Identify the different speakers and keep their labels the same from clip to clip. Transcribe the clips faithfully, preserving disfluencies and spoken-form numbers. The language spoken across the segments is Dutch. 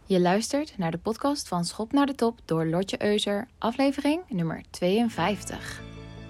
Speaker 1: Je luistert naar de podcast van Schop naar de Top door Lotje Euser, aflevering nummer tweeënvijftig.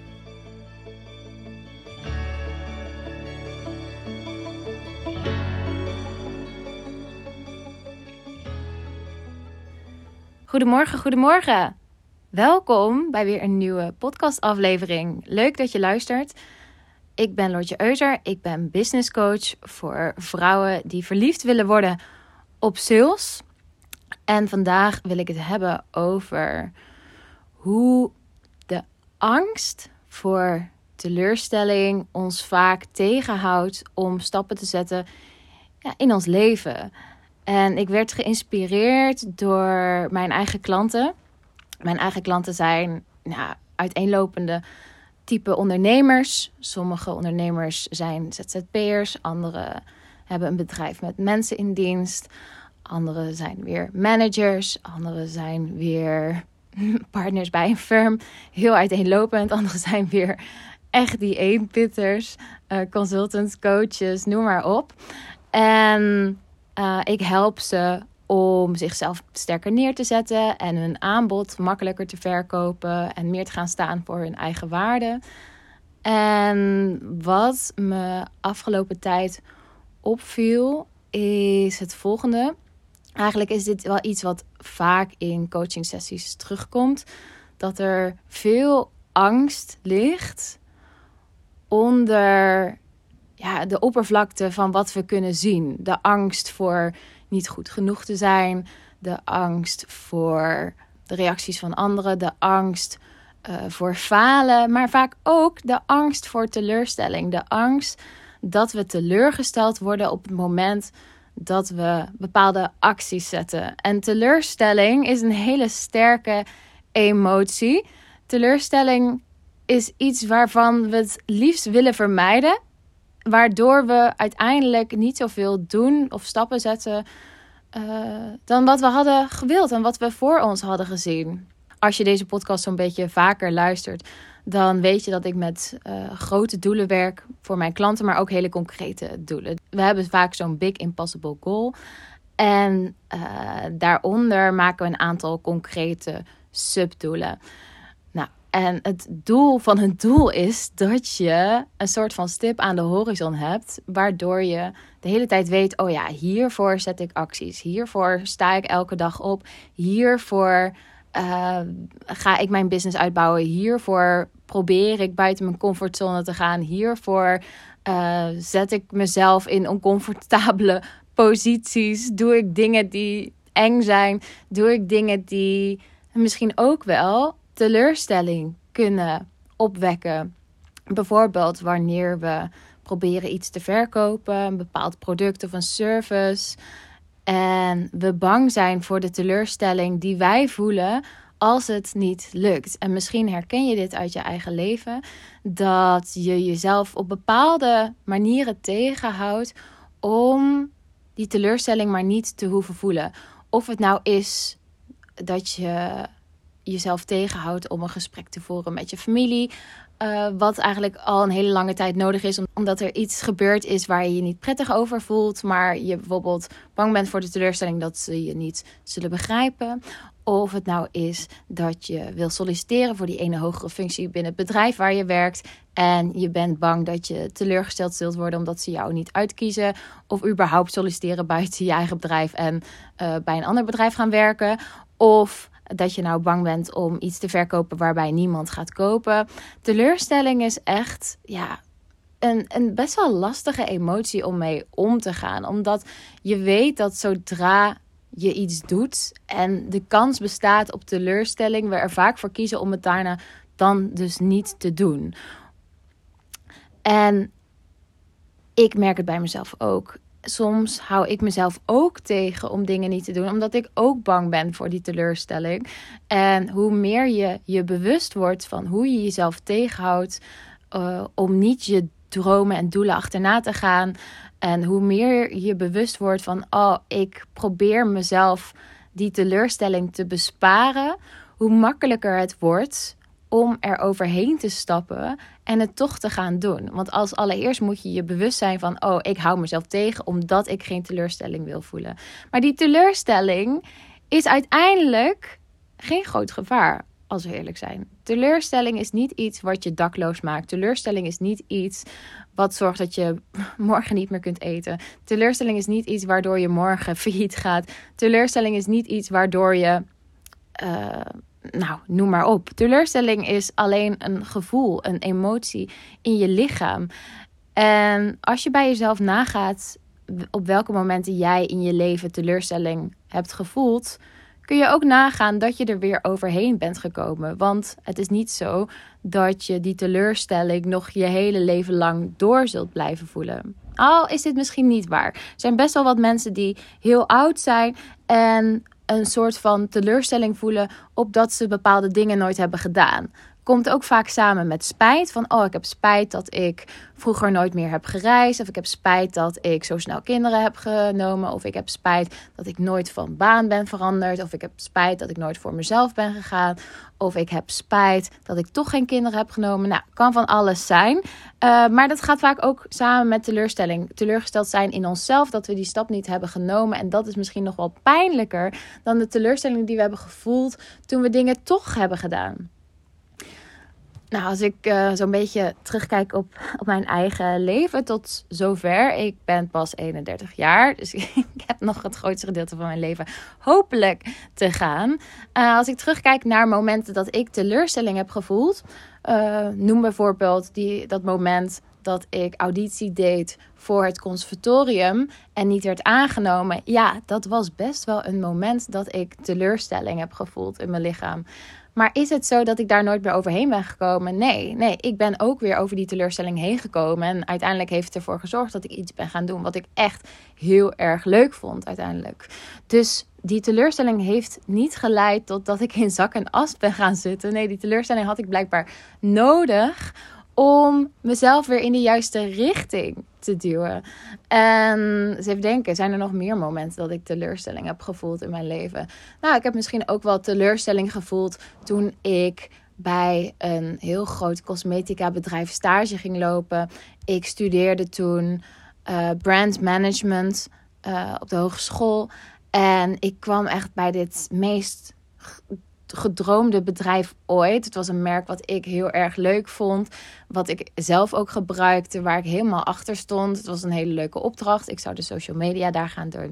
Speaker 1: Goedemorgen, goedemorgen. Welkom bij weer een nieuwe podcastaflevering. Leuk dat je luistert. Ik ben Lotje Euser, ik ben business coach voor vrouwen die verliefd willen worden op sales. En vandaag wil ik het hebben over hoe de angst voor teleurstelling ons vaak tegenhoudt om stappen te zetten ja, in ons leven. En ik werd geïnspireerd door mijn eigen klanten. Mijn eigen klanten zijn nou, uiteenlopende type ondernemers. Sommige ondernemers zijn Z Z P'ers, anderen hebben een bedrijf met mensen in dienst. Anderen zijn weer managers, anderen zijn weer partners bij een firm. Heel uiteenlopend. Anderen zijn weer echt die eenpitters, uh, consultants, coaches, noem maar op. En uh, ik help ze om zichzelf sterker neer te zetten en hun aanbod makkelijker te verkopen en meer te gaan staan voor hun eigen waarde. En wat me afgelopen tijd opviel is het volgende. Eigenlijk is dit wel iets wat vaak in coaching sessies terugkomt. Dat er veel angst ligt onder ja, de oppervlakte van wat we kunnen zien. De angst voor niet goed genoeg te zijn. De angst voor de reacties van anderen. De angst uh, voor falen. Maar vaak ook de angst voor teleurstelling. De angst dat we teleurgesteld worden op het moment dat we bepaalde acties zetten. En teleurstelling is een hele sterke emotie. Teleurstelling is iets waarvan we het liefst willen vermijden. Waardoor we uiteindelijk niet zoveel doen of stappen zetten uh, dan wat we hadden gewild en wat we voor ons hadden gezien. Als je deze podcast zo'n beetje vaker luistert, dan weet je dat ik met uh, grote doelen werk voor mijn klanten, maar ook hele concrete doelen. We hebben vaak zo'n big impossible goal. En uh, daaronder maken we een aantal concrete subdoelen. Nou, en het doel van een doel is dat je een soort van stip aan de horizon hebt, waardoor je de hele tijd weet, oh ja, hiervoor zet ik acties. Hiervoor sta ik elke dag op. Hiervoor Uh, ga ik mijn business uitbouwen. Hiervoor probeer ik buiten mijn comfortzone te gaan. Hiervoor uh, zet ik mezelf in oncomfortabele posities. Doe ik dingen die eng zijn. Doe ik dingen die misschien ook wel teleurstelling kunnen opwekken. Bijvoorbeeld wanneer we proberen iets te verkopen. Een bepaald product of een service. En we bang zijn voor de teleurstelling die wij voelen als het niet lukt. En misschien herken je dit uit je eigen leven. Dat je jezelf op bepaalde manieren tegenhoudt om die teleurstelling maar niet te hoeven voelen. Of het nou is dat je jezelf tegenhoudt om een gesprek te voeren met je familie. Uh, wat eigenlijk al een hele lange tijd nodig is. Omdat er iets gebeurd is waar je je niet prettig over voelt. Maar je bijvoorbeeld bang bent voor de teleurstelling dat ze je niet zullen begrijpen. Of het nou is dat je wil solliciteren voor die ene hogere functie binnen het bedrijf waar je werkt. En je bent bang dat je teleurgesteld zult worden omdat ze jou niet uitkiezen. Of überhaupt solliciteren buiten je eigen bedrijf en uh, bij een ander bedrijf gaan werken. Of dat je nou bang bent om iets te verkopen waarbij niemand gaat kopen. Teleurstelling is echt ja, een, een best wel lastige emotie om mee om te gaan. Omdat je weet dat zodra je iets doet en de kans bestaat op teleurstelling, we er vaak voor kiezen om het daarna dan dus niet te doen. En ik merk het bij mezelf ook. Soms hou ik mezelf ook tegen om dingen niet te doen, omdat ik ook bang ben voor die teleurstelling. En hoe meer je je bewust wordt van hoe je jezelf tegenhoudt uh, om niet je dromen en doelen achterna te gaan. En hoe meer je bewust wordt van, oh, ik probeer mezelf die teleurstelling te besparen, hoe makkelijker het wordt om er overheen te stappen en het toch te gaan doen. Want als allereerst moet je je bewust zijn van, oh, ik hou mezelf tegen omdat ik geen teleurstelling wil voelen. Maar die teleurstelling is uiteindelijk geen groot gevaar, als we eerlijk zijn. Teleurstelling is niet iets wat je dakloos maakt. Teleurstelling is niet iets wat zorgt dat je morgen niet meer kunt eten. Teleurstelling is niet iets waardoor je morgen failliet gaat. Teleurstelling is niet iets waardoor je... Uh, nou, noem maar op. Teleurstelling is alleen een gevoel, een emotie in je lichaam. En als je bij jezelf nagaat op welke momenten jij in je leven teleurstelling hebt gevoeld, kun je ook nagaan dat je er weer overheen bent gekomen. Want het is niet zo dat je die teleurstelling nog je hele leven lang door zult blijven voelen. Al is dit misschien niet waar. Er zijn best wel wat mensen die heel oud zijn en een soort van teleurstelling voelen op dat ze bepaalde dingen nooit hebben gedaan. Komt ook vaak samen met spijt. Van, oh, ik heb spijt dat ik vroeger nooit meer heb gereisd. Of ik heb spijt dat ik zo snel kinderen heb genomen. Of ik heb spijt dat ik nooit van baan ben veranderd. Of ik heb spijt dat ik nooit voor mezelf ben gegaan. Of ik heb spijt dat ik toch geen kinderen heb genomen. Nou, kan van alles zijn. Uh, maar dat gaat vaak ook samen met teleurstelling. Teleurgesteld zijn in onszelf dat we die stap niet hebben genomen. En dat is misschien nog wel pijnlijker dan de teleurstelling die we hebben gevoeld toen we dingen toch hebben gedaan. Nou, als ik uh, zo'n beetje terugkijk op, op mijn eigen leven tot zover. Ik ben pas eenendertig jaar, dus ik heb nog het grootste gedeelte van mijn leven hopelijk te gaan. Uh, als ik terugkijk naar momenten dat ik teleurstelling heb gevoeld. Uh, noem bijvoorbeeld die, dat moment dat ik auditie deed voor het conservatorium en niet werd aangenomen. Ja, dat was best wel een moment dat ik teleurstelling heb gevoeld in mijn lichaam. Maar is het zo dat ik daar nooit meer overheen ben gekomen? Nee, nee, ik ben ook weer over die teleurstelling heen gekomen. En uiteindelijk heeft het ervoor gezorgd dat ik iets ben gaan doen wat ik echt heel erg leuk vond uiteindelijk. Dus die teleurstelling heeft niet geleid tot dat ik in zak en as ben gaan zitten. Nee, die teleurstelling had ik blijkbaar nodig om mezelf weer in de juiste richting te duwen. En eens even denken, zijn er nog meer momenten dat ik teleurstelling heb gevoeld in mijn leven? Nou, ik heb misschien ook wel teleurstelling gevoeld toen ik bij een heel groot cosmetica bedrijf stage ging lopen. Ik studeerde toen uh, brand management uh, op de hogeschool. En ik kwam echt bij dit meest gedroomde bedrijf ooit. Het was een merk wat ik heel erg leuk vond. Wat ik zelf ook gebruikte. Waar ik helemaal achter stond. Het was een hele leuke opdracht. Ik zou de social media daar gaan doen.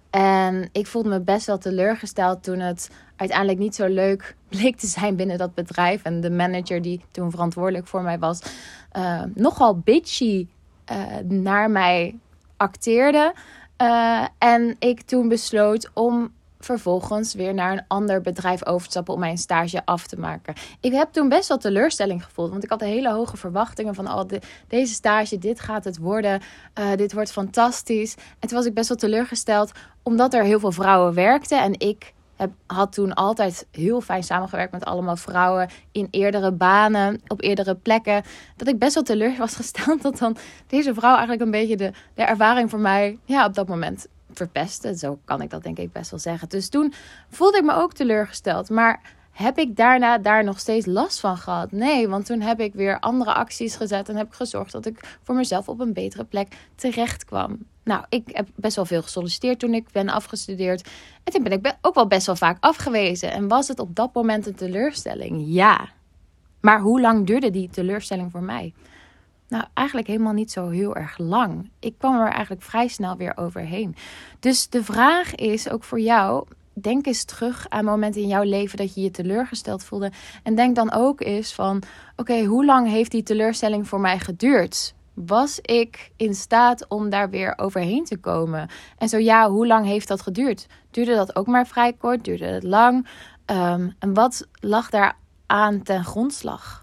Speaker 1: En ik voelde me best wel teleurgesteld toen het uiteindelijk niet zo leuk bleek te zijn binnen dat bedrijf. En de manager die toen verantwoordelijk voor mij was. Uh, nogal bitchy uh, naar mij acteerde. Uh, en ik toen besloot om vervolgens weer naar een ander bedrijf over te stappen om mijn stage af te maken. Ik heb toen best wel teleurstelling gevoeld, want ik had hele hoge verwachtingen van oh, de, deze stage, dit gaat het worden, uh, dit wordt fantastisch. En toen was ik best wel teleurgesteld, omdat er heel veel vrouwen werkten en ik heb, had toen altijd heel fijn samengewerkt met allemaal vrouwen in eerdere banen, op eerdere plekken, dat ik best wel teleur was gesteld dat dan deze vrouw eigenlijk een beetje de, de ervaring voor mij, ja, op dat moment verpesten. Zo kan ik dat denk ik best wel zeggen. Dus toen voelde ik me ook teleurgesteld. Maar heb ik daarna daar nog steeds last van gehad? Nee, want toen heb ik weer andere acties gezet en heb ik gezorgd dat ik voor mezelf op een betere plek terecht kwam. Nou, ik heb best wel veel gesolliciteerd toen ik ben afgestudeerd. En toen ben ik ook wel best wel vaak afgewezen. En was het op dat moment een teleurstelling? Ja. Maar hoe lang duurde die teleurstelling voor mij? Nou, eigenlijk helemaal niet zo heel erg lang. Ik kwam er eigenlijk vrij snel weer overheen. Dus de vraag is ook voor jou, denk eens terug aan momenten in jouw leven dat je je teleurgesteld voelde. En denk dan ook eens van, oké, okay, hoe lang heeft die teleurstelling voor mij geduurd? Was ik in staat om daar weer overheen te komen? En zo ja, hoe lang heeft dat geduurd? Duurde dat ook maar vrij kort? Duurde het lang? Um, en wat lag daar aan ten grondslag?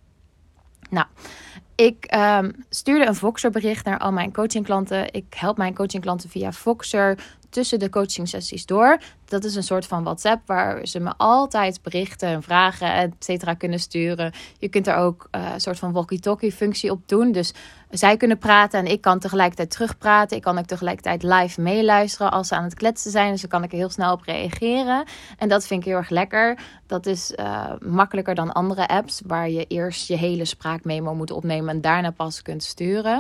Speaker 1: Nou, ik um, stuurde een Voxer bericht naar al mijn coachingklanten. Ik help mijn coachingklanten via Voxer tussen de coaching sessies door. Dat is een soort van WhatsApp waar ze me altijd berichten en vragen, et cetera, kunnen sturen. Je kunt er ook uh, een soort van walkie-talkie functie op doen. Dus zij kunnen praten en ik kan tegelijkertijd terugpraten. Ik kan ook tegelijkertijd live meeluisteren als ze aan het kletsen zijn. Dus dan kan ik er heel snel op reageren. En dat vind ik heel erg lekker. Dat is uh, makkelijker dan andere apps waar je eerst je hele spraakmemo moet opnemen en daarna pas kunt sturen.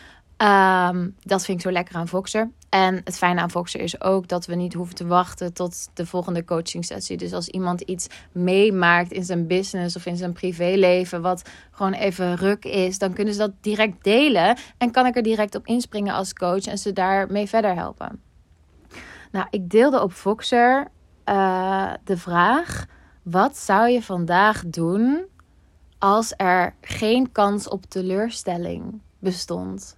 Speaker 1: Um, dat vind ik zo lekker aan Voxer. En het fijne aan Voxer is ook dat we niet hoeven te wachten tot de volgende coaching sessie. Dus als iemand iets meemaakt in zijn business of in zijn privéleven wat gewoon even ruk is, dan kunnen ze dat direct delen en kan ik er direct op inspringen als coach en ze daarmee verder helpen. Nou, ik deelde op Voxer uh, de vraag: wat zou je vandaag doen als er geen kans op teleurstelling bestond?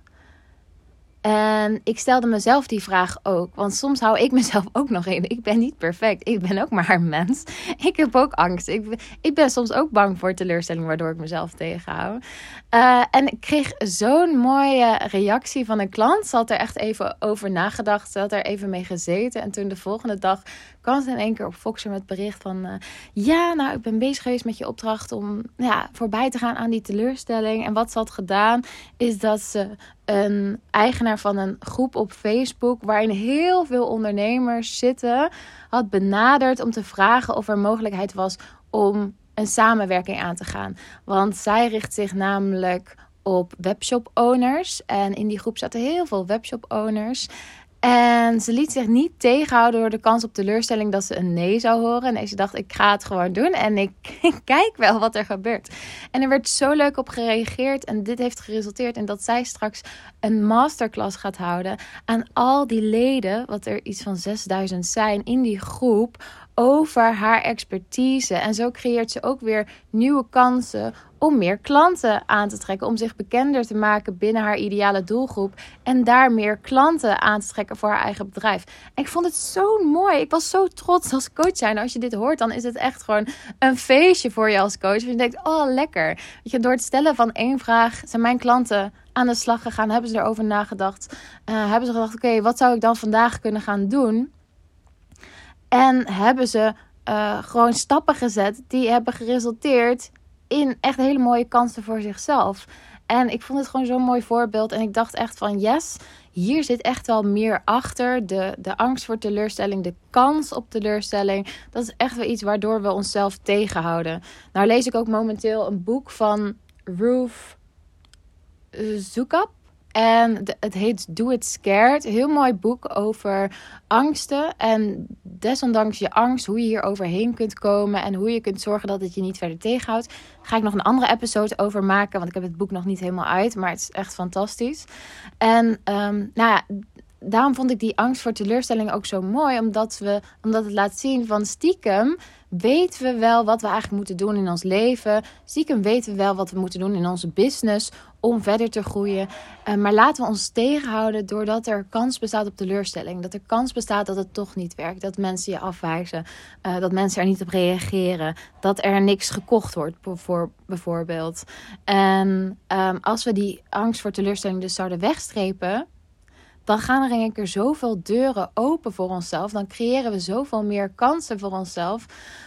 Speaker 1: En ik stelde mezelf die vraag ook. Want soms hou ik mezelf ook nog in. Ik ben niet perfect. Ik ben ook maar een mens. Ik heb ook angst. Ik, ik ben soms ook bang voor teleurstelling, waardoor ik mezelf tegenhoud. Uh, en ik kreeg zo'n mooie reactie van een klant. Ze had er echt even over nagedacht. Ze had er even mee gezeten. En toen de volgende dag kwam ze in één keer op Voxer met bericht van... Uh, ja, nou, ik ben bezig geweest met je opdracht om ja, voorbij te gaan aan die teleurstelling. En wat ze had gedaan, is dat ze een eigenaar van een groep op Facebook, waarin heel veel ondernemers zitten, had benaderd om te vragen of er mogelijkheid was om een samenwerking aan te gaan. Want zij richt zich namelijk op webshop owners. En in die groep zaten heel veel webshop owners. En ze liet zich niet tegenhouden door de kans op teleurstelling dat ze een nee zou horen. Nee, ze dacht, ik ga het gewoon doen en ik, ik kijk wel wat er gebeurt. En er werd zo leuk op gereageerd. En dit heeft geresulteerd in dat zij straks een masterclass gaat houden aan al die leden, wat er iets van zesduizend zijn in die groep, over haar expertise. En zo creëert ze ook weer nieuwe kansen om meer klanten aan te trekken, om zich bekender te maken binnen haar ideale doelgroep en daar meer klanten aan te trekken voor haar eigen bedrijf. En ik vond het zo mooi. Ik was zo trots als coach zijn. Als je dit hoort, dan is het echt gewoon een feestje voor je als coach. Je denkt, oh lekker. Weet je, door het stellen van één vraag zijn mijn klanten aan de slag gegaan. Hebben ze erover nagedacht. Uh, hebben ze gedacht, oké, okay, wat zou ik dan vandaag kunnen gaan doen? En hebben ze uh, gewoon stappen gezet die hebben geresulteerd in echt hele mooie kansen voor zichzelf. En ik vond het gewoon zo'n mooi voorbeeld. En ik dacht echt van yes, hier zit echt wel meer achter. De, de angst voor teleurstelling, de kans op teleurstelling. Dat is echt wel iets waardoor we onszelf tegenhouden. Nou lees ik ook momenteel een boek van Ruth Zoekap. En de, het heet Do It Scared. Heel mooi boek over angsten. En desondanks je angst, hoe je hier overheen kunt komen. En hoe je kunt zorgen dat het je niet verder tegenhoudt. Ga ik nog een andere episode over maken. Want ik heb het boek nog niet helemaal uit. Maar het is echt fantastisch. En um, nou ja, daarom vond ik die angst voor teleurstelling ook zo mooi. Omdat, we, omdat het laat zien van stiekem weten we wel wat we eigenlijk moeten doen in ons leven. Stiekem weten we wel wat we moeten doen in onze business om verder te groeien. Uh, maar laten we ons tegenhouden doordat er kans bestaat op teleurstelling. Dat er kans bestaat dat het toch niet werkt. Dat mensen je afwijzen. Uh, dat mensen er niet op reageren. Dat er niks gekocht wordt voor, bijvoorbeeld. En um, als we die angst voor teleurstelling dus zouden wegstrepen, dan gaan er in één keer zoveel deuren open voor onszelf. Dan creëren we zoveel meer kansen voor onszelf,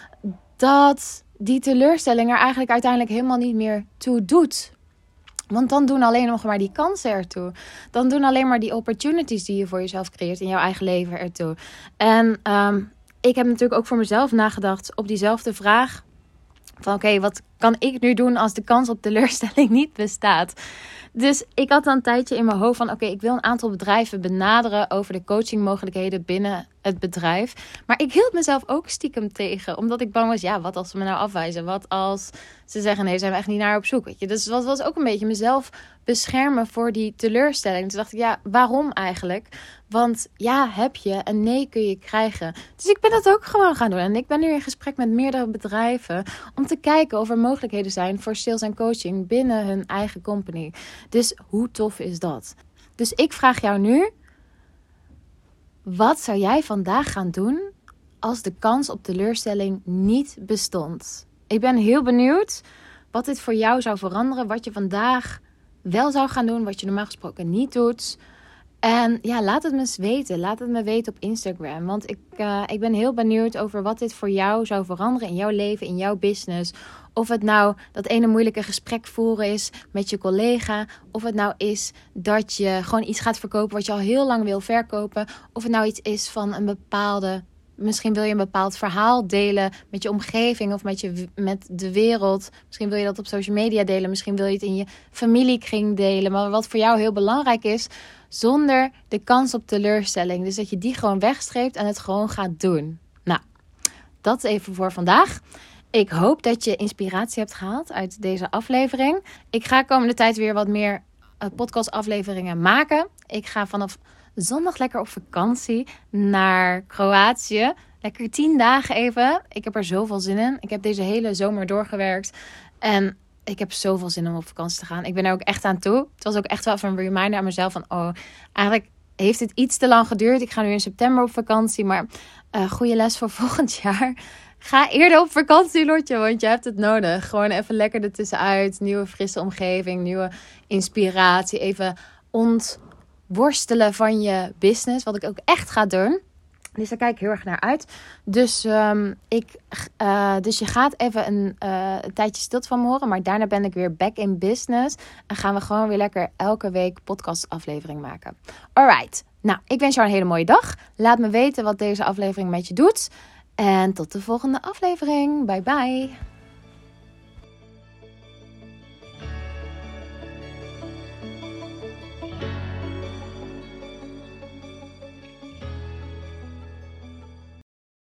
Speaker 1: dat die teleurstelling er eigenlijk uiteindelijk helemaal niet meer toe doet. Want dan doen alleen nog maar die kansen ertoe. Dan doen alleen maar die opportunities die je voor jezelf creëert in jouw eigen leven ertoe. En um, ik heb natuurlijk ook voor mezelf nagedacht op diezelfde vraag. Van oké, okay, wat kan ik nu doen als de kans op teleurstelling niet bestaat? Dus ik had dan een tijdje in mijn hoofd van oké, okay, ik wil een aantal bedrijven benaderen over de coachingmogelijkheden binnen het bedrijf. Maar ik hield mezelf ook stiekem tegen. Omdat ik bang was, ja, wat als ze me nou afwijzen? Wat als ze zeggen, nee, zijn we echt niet naar op zoek? Weet je? Dus dat was ook een beetje mezelf beschermen voor die teleurstelling. Toen dacht ik, ja, waarom eigenlijk? Want ja, heb je en nee kun je krijgen. Dus ik ben dat ook gewoon gaan doen. En ik ben nu in gesprek met meerdere bedrijven om te kijken of er mogelijkheden zijn voor sales en coaching binnen hun eigen company. Dus hoe tof is dat? Dus ik vraag jou nu, wat zou jij vandaag gaan doen als de kans op teleurstelling niet bestond? Ik ben heel benieuwd wat dit voor jou zou veranderen. Wat je vandaag wel zou gaan doen, wat je normaal gesproken niet doet. En ja, laat het me eens weten. Laat het me weten op Instagram. Want ik, uh, ik ben heel benieuwd over wat dit voor jou zou veranderen in jouw leven, in jouw business. Of het nou dat ene moeilijke gesprek voeren is met je collega. Of het nou is dat je gewoon iets gaat verkopen wat je al heel lang wil verkopen. Of het nou iets is van een bepaalde... Misschien wil je een bepaald verhaal delen met je omgeving of met, je, met de wereld. Misschien wil je dat op social media delen. Misschien wil je het in je familiekring delen. Maar wat voor jou heel belangrijk is, zonder de kans op teleurstelling. Dus dat je die gewoon wegstreept en het gewoon gaat doen. Nou, dat even voor vandaag. Ik hoop dat je inspiratie hebt gehaald uit deze aflevering. Ik ga komende tijd weer wat meer podcastafleveringen maken. Ik ga vanaf zondag lekker op vakantie naar Kroatië. Lekker tien dagen even. Ik heb er zoveel zin in. Ik heb deze hele zomer doorgewerkt. En ik heb zoveel zin om op vakantie te gaan. Ik ben er ook echt aan toe. Het was ook echt wel even een reminder aan mezelf van... oh, eigenlijk heeft het iets te lang geduurd. Ik ga nu in september op vakantie. Maar uh, goede les voor volgend jaar. Ga eerder op vakantie, Lotje. Want je hebt het nodig. Gewoon even lekker ertussenuit. Nieuwe frisse omgeving. Nieuwe inspiratie. Even ont... worstelen van je business, wat ik ook echt ga doen. Dus daar kijk ik heel erg naar uit. Dus, um, ik, uh, dus je gaat even een, uh, een tijdje stilte van me horen. Maar daarna ben ik weer back in business. En gaan we gewoon weer lekker elke week podcast aflevering maken. Alright. Nou, ik wens jou een hele mooie dag. Laat me weten wat deze aflevering met je doet. En tot de volgende aflevering. Bye bye.